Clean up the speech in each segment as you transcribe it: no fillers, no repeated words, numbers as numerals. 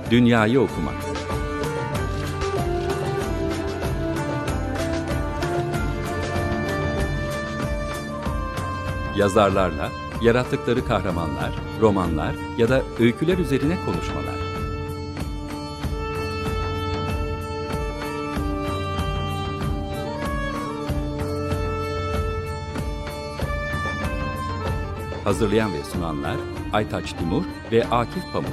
Dünyayı okumak. Yazarlarla, yarattıkları kahramanlar, romanlar ya da öyküler üzerine konuşmalar. Hazırlayan ve sunanlar Aytaç Timur ve Akif Pamuk.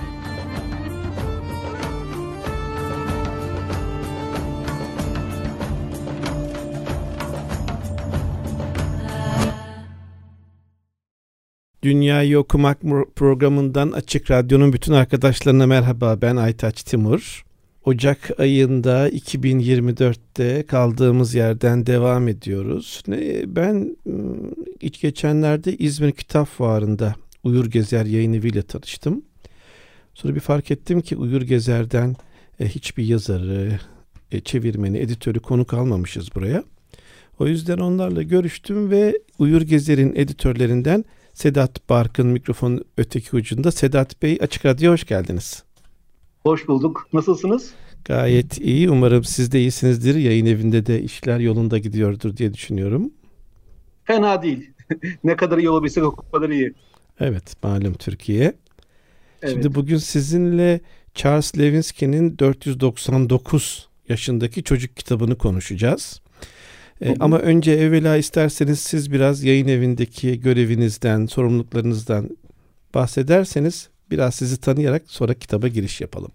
Dünyayı Okumak programından Açık Radyo'nun bütün arkadaşlarına merhaba. Ben Aytaç Timur. Ocak ayında 2024'te kaldığımız yerden devam ediyoruz. Ben ilk geçenlerde İzmir Kitap Fuarı'nda Uyur Gezer Yayınevi ile tanıştım. Sonra bir fark ettim ki Uyur Gezer'den hiçbir yazarı, çevirmeni, editörü konuk almamışız buraya. O yüzden onlarla görüştüm ve Uyur Gezer'in editörlerinden Sedat Barkın mikrofonun öteki ucunda. Sedat Bey, Açık Radyo'ya hoş geldiniz. Hoş bulduk. Nasılsınız? Gayet iyi. Umarım siz de iyisinizdir. Yayın evinde de işler yolunda gidiyordur diye düşünüyorum. Fena değil. Ne kadar iyi olabilsek o kadar iyi. Evet, malum Türkiye. Evet. Şimdi bugün sizinle Charles Lewinsky'nin 499 yaşındaki çocuk kitabını konuşacağız. Ama önce evvela isterseniz siz biraz yayın evindeki görevinizden, sorumluluklarınızdan bahsederseniz biraz sizi tanıyarak sonra kitaba giriş yapalım.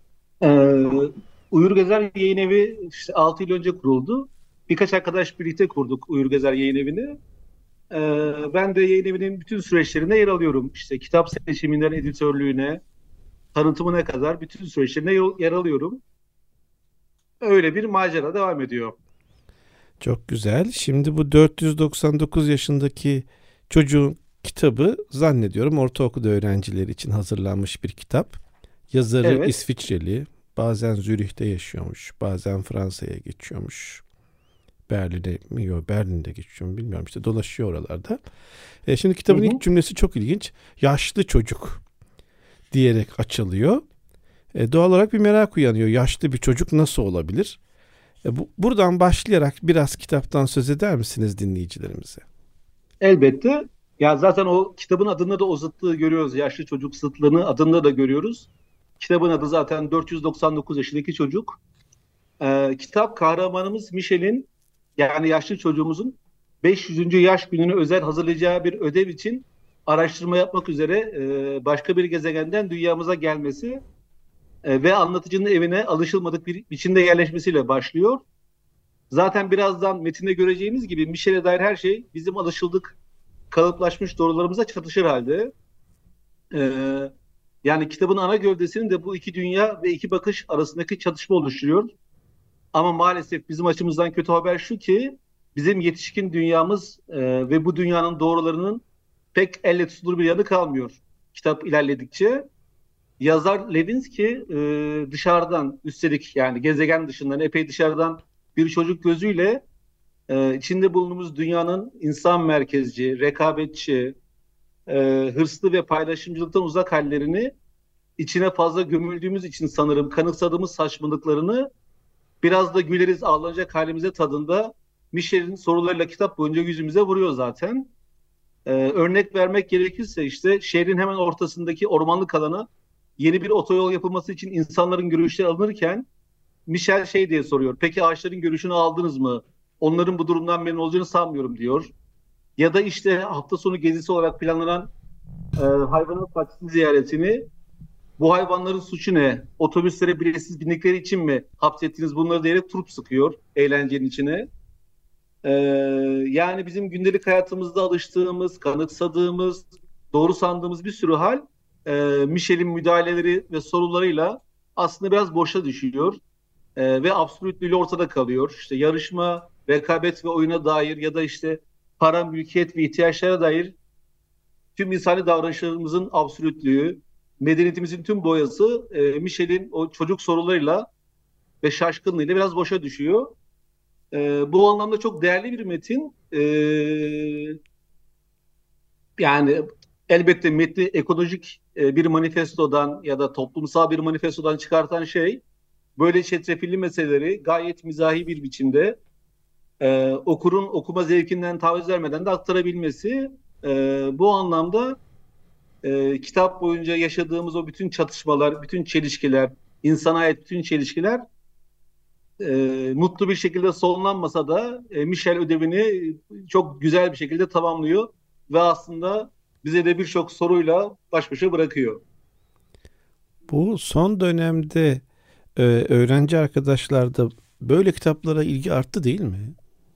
Uyur Gezer Yayınevi 6 yıl önce kuruldu. Birkaç arkadaş birlikte kurduk Uyur Gezer Yayınevi'ni. Ben de yayınevinin bütün süreçlerinde yer alıyorum. İşte kitap seçiminden editörlüğüne, tanıtımına kadar bütün süreçlerinde yer alıyorum. Öyle bir macera devam ediyor. Çok güzel. Şimdi bu 499 yaşındaki çocuğun kitabı zannediyorum ortaokul öğrencileri için hazırlanmış bir kitap. Yazarı Evet. İsviçreli, bazen Zürih'te yaşıyormuş, bazen Fransa'ya geçiyormuş. Berlin'de geçiyor mu bilmiyorum, işte dolaşıyor oralarda. Şimdi kitabın ilk cümlesi çok ilginç. Yaşlı çocuk diyerek açılıyor. Doğal olarak bir merak uyanıyor. Yaşlı bir çocuk nasıl olabilir? Buradan başlayarak biraz kitaptan söz eder misiniz dinleyicilerimize? Elbette. Ya zaten o kitabın adında da o zıtlığı görüyoruz. Yaşlı çocuk zıtlığını adında da görüyoruz. Kitabın adı zaten 499 yaşındaki çocuk. Kitap kahramanımız Michel'in, yani yaşlı çocuğumuzun 500. yaş gününü özel hazırlayacağı bir ödev için araştırma yapmak üzere başka bir gezegenden dünyamıza gelmesi ve anlatıcının evine alışılmadık bir biçimde yerleşmesiyle başlıyor. Zaten birazdan metinde göreceğimiz gibi Michel'e dair her şey bizim alışıldık, kalıplaşmış doğrularımıza çatışır halde. Yani kitabın ana gövdesinin de bu iki dünya ve iki bakış arasındaki çatışma oluşturuyor. Ama maalesef bizim açımızdan kötü haber şu ki bizim yetişkin dünyamız ve bu dünyanın doğrularının pek elle tutulur bir yanı kalmıyor kitap ilerledikçe. Yazar Lewinsky dışarıdan, üstelik yani gezegen dışından epey dışarıdan bir çocuk gözüyle içinde bulunduğumuz dünyanın insan merkezci, rekabetçi, hırslı ve paylaşımcılıktan uzak hallerini, içine fazla gömüldüğümüz için sanırım kanıksadığımız saçmalıklarını, biraz da güleriz ağlanacak halimize tadında Michel'in sorularıyla kitap boyunca yüzümüze vuruyor zaten. Örnek vermek gerekirse işte şehrin hemen ortasındaki ormanlık alana yeni bir otoyol yapılması için insanların görüşleri alınırken Michel şey diye soruyor. Peki ağaçların görüşünü aldınız mı? Onların bu durumdan memnun olacağını sanmıyorum diyor. Ya da işte hafta sonu gezisi olarak planlanan hayvanat bahçesi ziyaretini, bu hayvanların suçu ne? Otobüslere biletsiz bindikleri için mi hapsettiniz bunları diyerek turp sıkıyor eğlencenin içine. Ee, Yani bizim gündelik hayatımızda alıştığımız, kanıksadığımız, doğru sandığımız bir sürü hal Michel'in müdahaleleri ve sorularıyla aslında biraz boşa düşüyor. Ve absolutlüğüyle ortada kalıyor. İşte yarışma, rekabet ve oyuna dair ya da işte para, mülkiyet ve ihtiyaçlara dair tüm insani davranışlarımızın absolutlüğü, medeniyetimizin tüm boyası Michel'in o çocuk sorularıyla ve şaşkınlığıyla biraz boşa düşüyor. Bu anlamda çok değerli bir metin. Yani elbette metni ekolojik bir manifestodan ya da toplumsal bir manifestodan çıkartan şey böyle çetrefilli meseleleri gayet mizahi bir biçimde okurun okuma zevkinden taviz vermeden de aktarabilmesi. Bu anlamda kitap boyunca yaşadığımız o bütün çatışmalar, bütün çelişkiler, insana ait bütün çelişkiler mutlu bir şekilde sonlanmasa da Michel ödevini çok güzel bir şekilde tamamlıyor ve aslında bize de birçok soruyla baş başa bırakıyor. Bu son dönemde öğrenci arkadaşlarda böyle kitaplara ilgi arttı değil mi?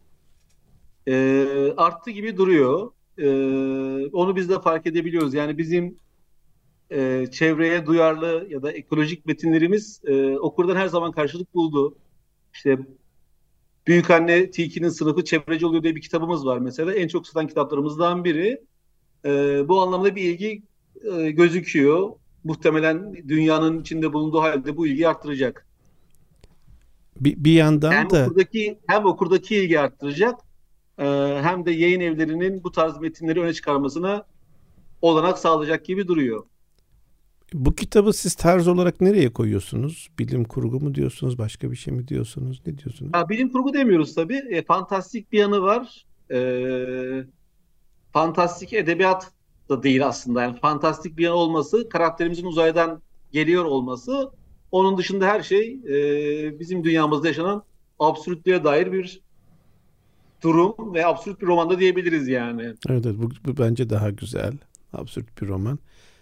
Arttı gibi duruyor. Onu biz de fark edebiliyoruz. Yani bizim çevreye duyarlı ya da ekolojik metinlerimiz okurdan her zaman karşılık buldu. İşte Büyükanne Tilki'nin Sınıfı Çevreci Oluyor diye bir kitabımız var mesela. En çok satan kitaplarımızdan biri. Bu anlamda bir ilgi gözüküyor. Muhtemelen dünyanın içinde bulunduğu halde bu ilgi arttıracak. Bir yandan da Hem okurdaki ilgi arttıracak, e, hem de yayın evlerinin bu tarz metinleri öne çıkarmasına olanak sağlayacak gibi duruyor. bu kitabı siz tarz olarak nereye koyuyorsunuz? Bilim kurgu mu diyorsunuz? Başka bir şey mi diyorsunuz? Ne diyorsunuz? Bilim kurgu demiyoruz tabii. Fantastik bir yanı var. Fantastik edebiyat da değil aslında. Yani fantastik bir yanı olması, karakterimizin uzaydan geliyor olması. Onun dışında her şey bizim dünyamızda yaşanan absürtlüğe dair bir durum ve absürt bir romanda diyebiliriz yani. Evet, evet, bu bence daha güzel. Absürt bir roman.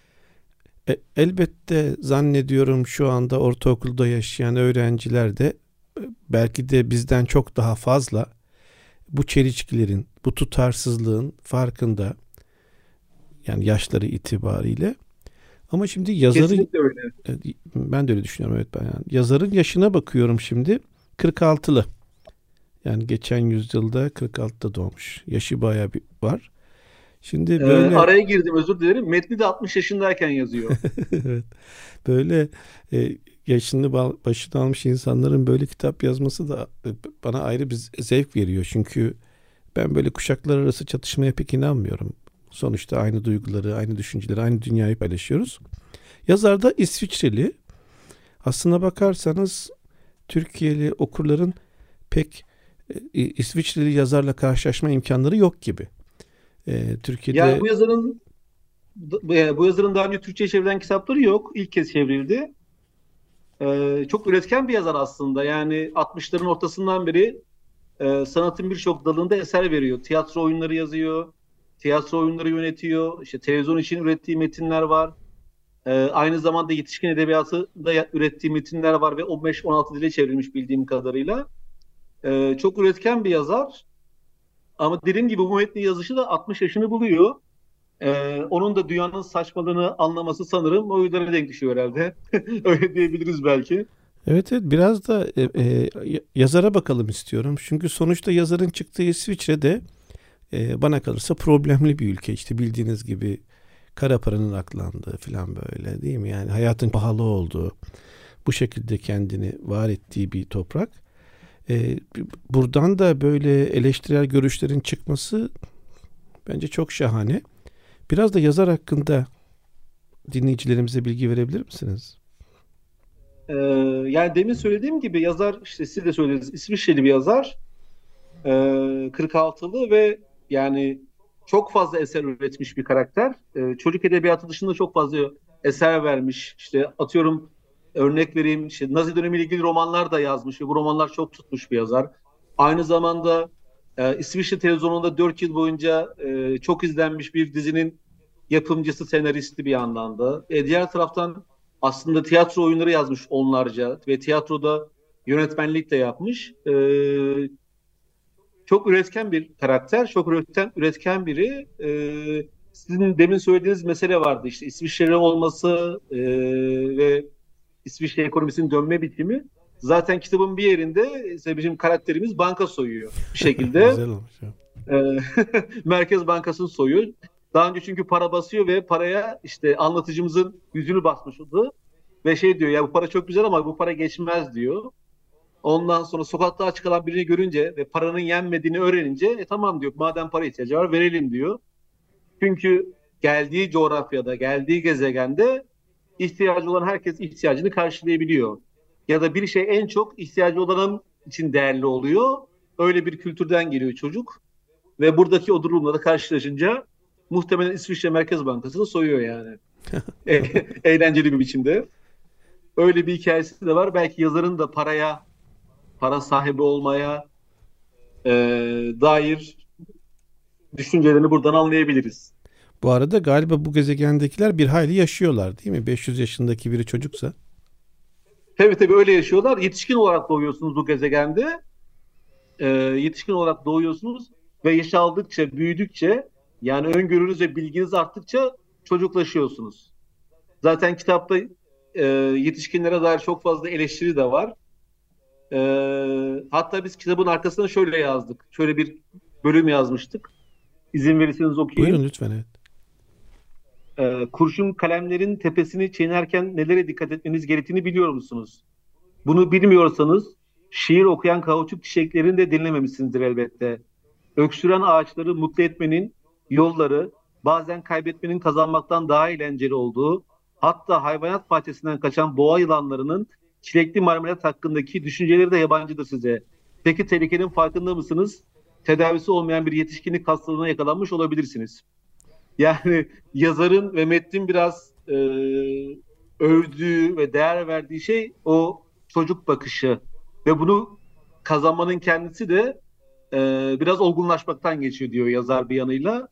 Elbette zannediyorum şu anda ortaokulda yaşayan öğrenciler de belki de bizden çok daha fazla bu çelişkilerin, bu tutarsızlığın farkında. Yani yaşları itibariyle. Ama şimdi yazarın, Kesinlikle öyle. ben de öyle düşünüyorum, evet, ben yani yazarın yaşına bakıyorum şimdi, 46'lı. Yani geçen yüzyılda 46'da doğmuş. Yaşı bayağı bir var. Şimdi böyle Araya girdim, özür dilerim. Metni de 60 yaşındayken yazıyor. evet, böyle yaşını başını almış insanların böyle kitap yazması da bana ayrı bir zevk veriyor. Çünkü ben böyle kuşaklar arası çatışmaya pek inanmıyorum. Sonuçta aynı duyguları, aynı düşünceleri, aynı dünyayı paylaşıyoruz. Yazar da İsviçreli. Aslına bakarsanız Türkiye'li okurların pek İsviçreli yazarla karşılaşma imkanları yok gibi. Türkiye'de Yani bu yazarın daha önce Türkçe'ye çevrilen kitapları yok. İlk kez çevrildi. Çok üretken bir yazar aslında. Yani 60'ların ortasından beri sanatın birçok dalında eser veriyor. Tiyatro oyunları yazıyor, tiyatro oyunları yönetiyor. İşte televizyon için ürettiği metinler var. Aynı zamanda yetişkin edebiyatı da ürettiği metinler var ve 15-16 dile çevrilmiş bildiğim kadarıyla. Çok üretken bir yazar. Ama dediğim gibi bu metni yazışı da 60 yaşını buluyor. Onun da dünyanın saçmalığını anlaması sanırım o yüzden denk düşüyor herhalde. Öyle diyebiliriz belki. evet, evet, biraz da yazara bakalım istiyorum. Çünkü sonuçta yazarın çıktığı İsviçre'de bana kalırsa problemli bir ülke. İşte bildiğiniz gibi kara paranın aklandığı falan, böyle değil mi? Yani hayatın pahalı olduğu, bu şekilde kendini var ettiği bir toprak. Buradan da böyle eleştirel görüşlerin çıkması bence çok şahane. Biraz da yazar hakkında dinleyicilerimize bilgi verebilir misiniz? Ee, Yani demin söylediğim gibi yazar, işte siz de söylediniz, İsviçreli bir yazar. 46'lı ve yani çok fazla eser üretmiş bir karakter. Çocuk edebiyatı dışında çok fazla eser vermiş. İşte atıyorum, örnek vereyim, işte Nazi dönemiyle ilgili romanlar da yazmış ve bu romanlar çok tutmuş bir yazar. Aynı zamanda İsviçre televizyonunda 4 yıl boyunca çok izlenmiş bir dizinin yapımcısı, senaristi bir yandan da. Diğer taraftan aslında tiyatro oyunları yazmış onlarca ve tiyatroda yönetmenlik de yapmış. Çok üretken bir karakter, çok üretken biri. Sizin demin söylediğiniz mesele vardı, işte İsviçreli olması ve İsviçre ekonomisinin dönme biçimi. Zaten kitabın bir yerinde işte bizim karakterimiz banka soyuyor bir şekilde. Güzel olmuş ya. E, Merkez Bankası'nı soyuyor. Daha önce çünkü para basıyor ve paraya işte anlatıcımızın yüzünü basmıştı. Ve şey diyor, ya bu para çok güzel ama bu para geçmez diyor. Ondan sonra sokakta aç kalan birini görünce ve paranın yenmediğini öğrenince tamam diyor, madem para ihtiyacı var verelim diyor. Çünkü geldiği coğrafyada, geldiği gezegende ihtiyacı olan herkes ihtiyacını karşılayabiliyor. Ya da bir şey en çok ihtiyacı olanın için değerli oluyor. Öyle bir kültürden geliyor çocuk. Ve buradaki o durumla da karşılaşınca muhtemelen İsviçre Merkez Bankası'nı soyuyor yani. Eğlenceli bir biçimde. Öyle bir hikayesi de var. Belki yazarın da para sahibi olmaya e, dair düşüncelerini buradan anlayabiliriz. Bu arada galiba bu gezegendekiler bir hayli yaşıyorlar değil mi? 500 yaşındaki biri çocuksa. Tabii öyle yaşıyorlar. Yetişkin olarak doğuyorsunuz bu gezegende. Yetişkin olarak doğuyorsunuz ve yaş aldıkça, büyüdükçe, yani öngörünüz ve bilginiz arttıkça çocuklaşıyorsunuz. Zaten kitapta yetişkinlere dair çok fazla eleştiri de var. Hatta biz kitabın arkasına şöyle yazdık. Şöyle bir bölüm yazmıştık. İzin verirseniz okuyayım. Buyurun lütfen, evet. Kurşun kalemlerin tepesini çiğnerken nelere dikkat etmeniz gerektiğini biliyor musunuz? Bunu bilmiyorsanız şiir okuyan kauçuk çiçeklerini de dinlememişsinizdir elbette. Öksüren ağaçları mutlu etmenin yolları bazen kaybetmenin kazanmaktan daha eğlenceli olduğu, hatta hayvanat bahçesinden kaçan boğa yılanlarının çilekli marmelat hakkındaki düşünceleri de yabancıdır size. Peki tehlikenin farkında mısınız? Tedavisi olmayan bir yetişkinlik hastalığına yakalanmış olabilirsiniz. Yani yazarın ve metnin biraz övdüğü ve değer verdiği şey o çocuk bakışı. Ve bunu kazanmanın kendisi de biraz olgunlaşmaktan geçiyor diyor yazar bir yanıyla.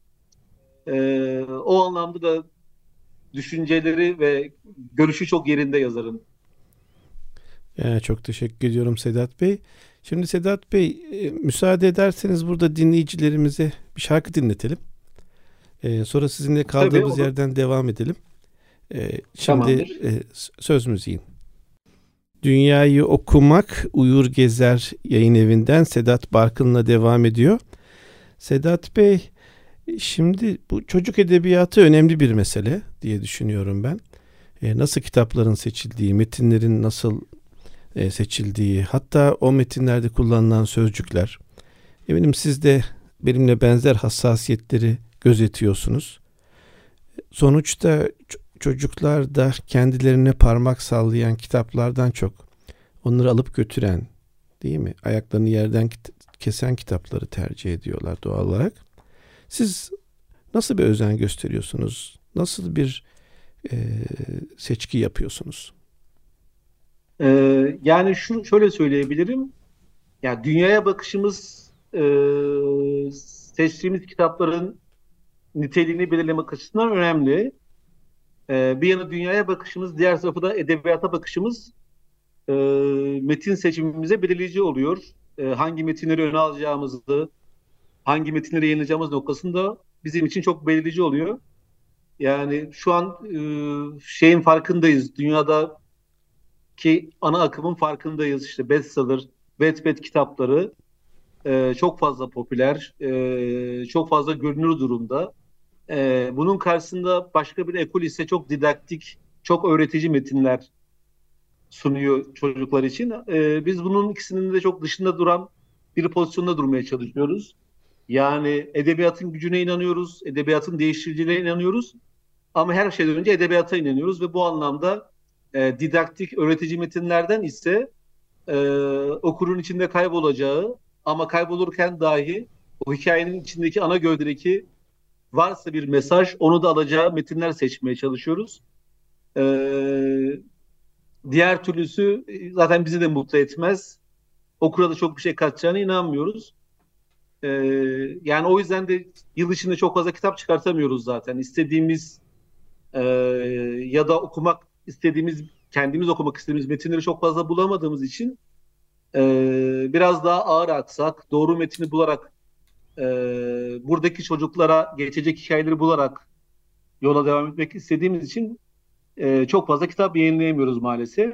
O anlamda da düşünceleri ve görüşü çok yerinde yazarın. Çok teşekkür ediyorum Sedat Bey. Şimdi Sedat Bey, müsaade ederseniz burada dinleyicilerimize bir şarkı dinletelim. Sonra sizinle kaldığımız Tabii, yerden devam edelim. Şimdi söz müziğin. Dünyayı Okumak Uyur Gezer yayın evinden Sedat Barkın'la devam ediyor. Sedat Bey, şimdi bu çocuk edebiyatı önemli bir mesele diye düşünüyorum ben. Nasıl kitapların seçildiği, metinlerin nasıl seçildiği, hatta o metinlerde kullanılan sözcükler. Eminim siz de benimle benzer hassasiyetleri gözetiyorsunuz. Sonuçta çocuklar da kendilerine parmak sallayan kitaplardan çok onları alıp götüren, değil mi? Ayaklarını yerden kesen kitapları tercih ediyorlar doğal olarak. Siz nasıl bir özen gösteriyorsunuz? Nasıl bir seçki yapıyorsunuz? Yani şöyle söyleyebilirim. Ya dünyaya bakışımız seçtiğimiz kitapların niteliğini belirlemek açısından önemli. Bir yana dünyaya bakışımız, diğer tarafı da edebiyata bakışımız metin seçimimize belirleyici oluyor. Hangi metinleri öne alacağımızı, hangi metinleri yayınlayacağımız noktasında bizim için çok belirleyici oluyor. Yani şu an şeyin farkındayız. Dünyadaki ana akımın farkındayız. İşte bestseller, Wattpad kitapları çok fazla popüler, çok fazla görünür durumda. Bunun karşısında başka bir ekol ise çok didaktik, çok öğretici metinler sunuyor çocuklar için. Biz bunun ikisinin de çok dışında duran bir pozisyonda durmaya çalışıyoruz. Yani edebiyatın gücüne inanıyoruz, edebiyatın değiştiriciliğine inanıyoruz. Ama her şeyden önce edebiyata inanıyoruz ve bu anlamda didaktik, öğretici metinlerden ise okurun içinde kaybolacağı ama kaybolurken dahi o hikayenin içindeki ana gövdedeki varsa bir mesaj onu da alacağı metinler seçmeye çalışıyoruz. Diğer türlüsü zaten bizi de mutlu etmez. Okura da çok bir şey katacağına inanmıyoruz. Ee, Yani o yüzden de yıl içinde çok fazla kitap çıkartamıyoruz zaten. İstediğimiz e, ya da okumak istediğimiz, kendimiz okumak istediğimiz metinleri çok fazla bulamadığımız için biraz daha ağır aksak, doğru metini bularak e, buradaki çocuklara geçecek hikayeleri bularak yola devam etmek istediğimiz için çok fazla kitap yayınlayamıyoruz maalesef.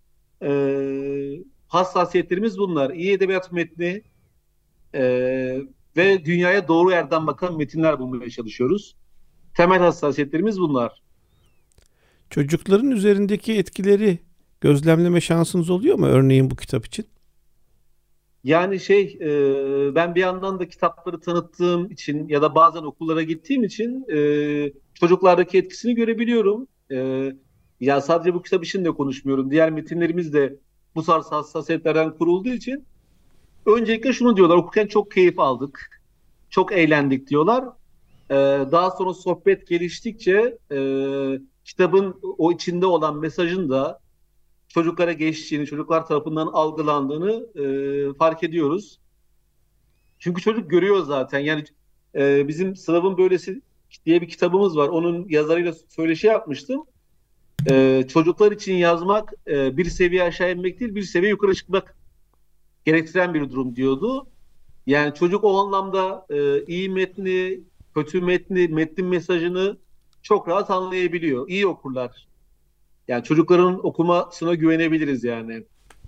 Hassasiyetlerimiz bunlar. İyi edebiyat metni e, ve dünyaya doğru yerden bakan metinler bulmaya çalışıyoruz. Temel hassasiyetlerimiz bunlar. Çocukların üzerindeki etkileri gözlemleme şansınız oluyor mu örneğin bu kitap için? Yani ben bir yandan da kitapları tanıttığım için ya da bazen okullara gittiğim için çocuklardaki etkisini görebiliyorum. Ya sadece bu kitap için de konuşmuyorum. Diğer metinlerimiz de bu tarz hassasiyetlerden kurulduğu için öncelikle şunu diyorlar: okurken çok keyif aldık, çok eğlendik diyorlar. Ee, Daha sonra sohbet geliştikçe kitabın o içinde olan mesajın da çocuklara geçtiğini, çocuklar tarafından algılandığını fark ediyoruz. Çünkü çocuk görüyor zaten. Yani bizim Sınavın Böylesi diye bir kitabımız var. Onun yazarıyla söyleşi yapmıştım. Çocuklar için yazmak bir seviye aşağı inmek değil, bir seviye yukarı çıkmak gerektiren bir durum diyordu. Yani çocuk o anlamda iyi metni, kötü metni, metnin mesajını çok rahat anlayabiliyor. İyi okurlar. Yani çocukların okumasına güvenebiliriz yani.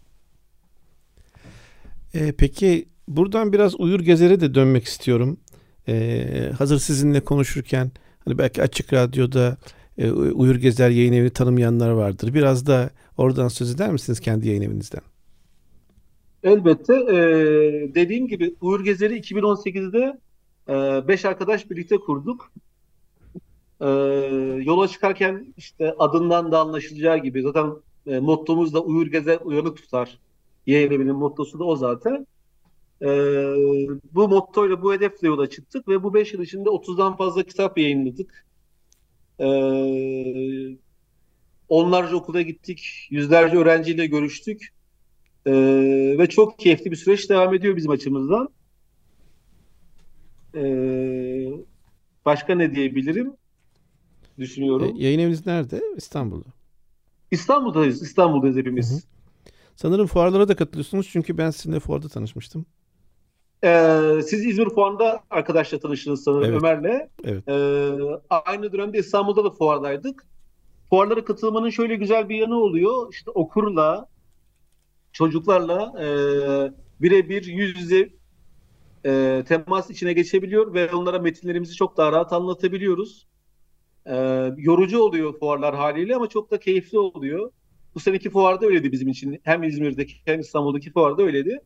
Peki buradan biraz Uyur Gezer'e de dönmek istiyorum. Hazır sizinle konuşurken hani belki Açık Radyo'da Uyur Gezer yayın evini tanımayanlar vardır. Biraz da oradan söz eder misiniz, kendi yayın evinizden? Elbette. Dediğim gibi Uğur Gezer'i 2018'de 5 arkadaş birlikte kurduk. Ee, Yola çıkarken işte adından da anlaşılacağı gibi zaten mottomuz da Uyur Gezer uyanık tutar. Yayın evinin mottosu da o zaten. Ee, Bu mottoyla, bu hedefle yola çıktık ve bu 5 yıl içinde 30'dan fazla kitap yayınladık. Ee, Onlarca okula gittik, yüzlerce öğrenciyle görüştük. Ve çok keyifli bir süreç devam ediyor bizim açımızdan. Ee, Başka ne diyebilirim? Düşünüyorum. Yayın eviniz nerede? İstanbul'da. İstanbul'dayız. İstanbul'dayız Hı hı. hepimiz. Sanırım fuarlara da katılıyorsunuz, çünkü ben sizinle fuarda tanışmıştım. Siz İzmir Fuarı'nda arkadaşla tanıştınız sanırım, Evet, Ömer'le. evet. Aynı dönemde İstanbul'da da fuardaydık. Fuarlara katılmanın şöyle güzel bir yanı oluyor: İşte okurla, çocuklarla birebir yüz yüze temas içine geçebiliyor ve onlara metinlerimizi çok daha rahat anlatabiliyoruz. Yorucu oluyor fuarlar haliyle ama çok da keyifli oluyor. Bu seneki fuarda öyleydi bizim için. Hem İzmir'deki hem İstanbul'daki fuarda öyleydi.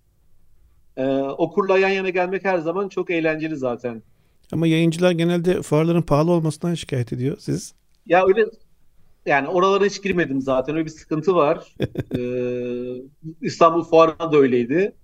Okurla yan yana gelmek her zaman çok eğlenceli zaten. Ama yayıncılar genelde fuarların pahalı olmasından şikayet ediyor. Siz? Ya öyle, yani oralara hiç girmedim zaten. Öyle bir sıkıntı var. İstanbul Fuarı'na da öyleydi.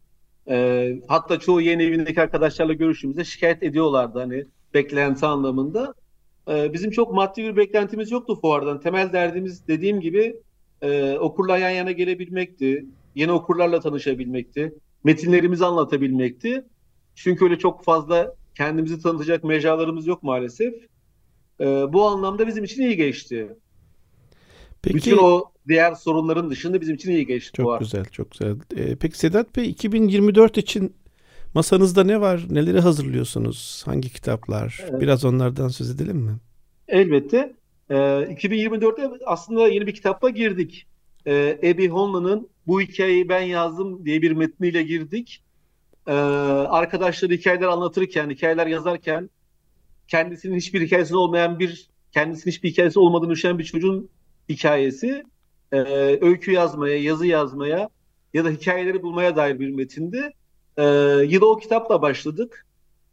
Hatta çoğu yayın evindeki arkadaşlarla görüştüğümüzde şikayet ediyorlardı, hani beklenti anlamında. Bizim çok maddi bir beklentimiz yoktu fuardan. Temel derdimiz, dediğim gibi, okurla yan yana gelebilmekti. Yeni okurlarla tanışabilmekti. Metinlerimizi anlatabilmekti. Çünkü öyle çok fazla kendimizi tanıtacak mecralarımız yok maalesef. Bu anlamda bizim için iyi geçti. Bütün Peki, o diğer sorunların dışında bizim için iyi geçti çok fuar. güzel, çok güzel. Peki Sedat Bey, 2024 için masanızda ne var? Neleri hazırlıyorsunuz? Hangi kitaplar? Ee, Biraz onlardan söz edelim mi? Elbette. 2024'te aslında yeni bir kitapla girdik. Abby Holland'ın Bu Hikayeyi Ben Yazdım diye bir metniyle girdik. Arkadaşları hikayeler anlatırken, hikayeler yazarken kendisinin hiçbir hikayesi olmayan kendisinin hiçbir hikayesi olmadığını düşünen bir çocuğun hikayesi. Öykü yazmaya, yazı yazmaya ya da hikayeleri bulmaya dair bir metindi. Ee, Yıla o kitapla başladık.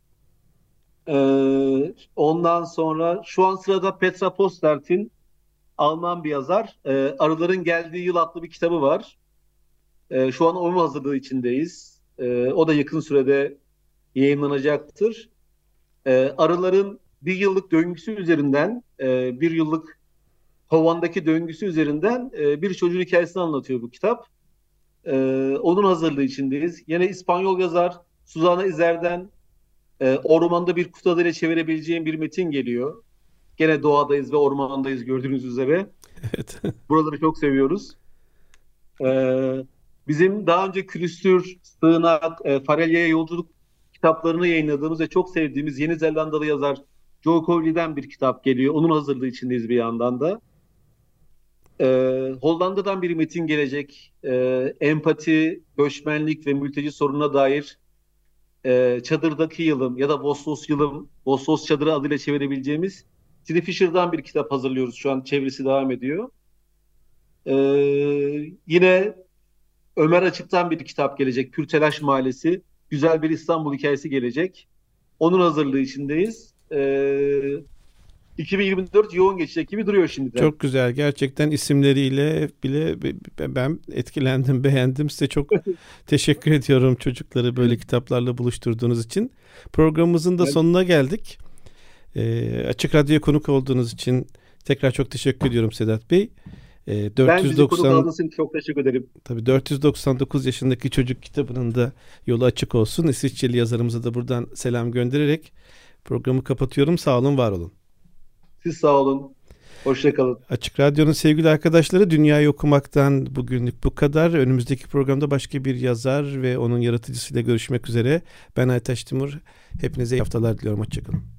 Ondan sonra şu an sırada Petra Postert'in, Alman bir yazar, Arıların Geldiği Yıl adlı bir kitabı var. Şu an onun hazırlığı içindeyiz. O da yakın sürede yayınlanacaktır. Arıların bir yıllık döngüsü üzerinden, bir yıllık kovandaki döngüsü üzerinden bir çocuğun hikayesini anlatıyor bu kitap. Onun hazırlığı içindeyiz. Yine İspanyol yazar Susana İzer'den Ormanda Bir Kutu adıyla çevirebileceğim bir metin geliyor. Gene doğadayız ve ormandayız, gördüğünüz üzere. Evet. Buraları çok seviyoruz. Ee, Bizim daha önce Külüstür, Sığınak, Farelye'ye Yolculuk kitaplarını yayınladığımız ve çok sevdiğimiz Yeni Zelandalı yazar Joe Cowley'den bir kitap geliyor. Onun hazırlığı içindeyiz bir yandan da. Hollanda'dan bir metin gelecek. Empati, göçmenlik ve mülteci sorununa dair Çadırdaki Yılım ya da Vosvos Yılım, Vosvos Çadırı adıyla çevirebileceğimiz Tilly Fisher'dan bir kitap hazırlıyoruz. Şu an çevirisi devam ediyor. Yine Ömer Açık'tan bir kitap gelecek. Pürtelaş Mahallesi. Güzel bir İstanbul hikayesi gelecek. Onun hazırlığı içindeyiz. 2024 yoğun geçecek gibi duruyor şimdiden. Çok güzel. Gerçekten isimleriyle bile ben etkilendim, beğendim. Size çok teşekkür ediyorum çocukları böyle kitaplarla buluşturduğunuz için. Programımızın da sonuna geldik. Açık Radyo'ya konuk olduğunuz için tekrar çok teşekkür ediyorum Sedat Bey. Ben bizi konuk aldığınız için çok teşekkür ederim. Tabii 499 yaşındaki çocuk kitabının da yolu açık olsun. İsviçreli yazarımıza da buradan selam göndererek programı kapatıyorum. Sağ olun, var olun. Siz sağ olun. Hoşça kalın. Açık Radyo'nun sevgili arkadaşları, Dünyayı Okumak'tan bugünlük bu kadar. Önümüzdeki programda başka bir yazar ve onun yaratıcısıyla görüşmek üzere. Ben Aytaç Timur. Hepinize iyi haftalar diliyorum. Hoşça kalın.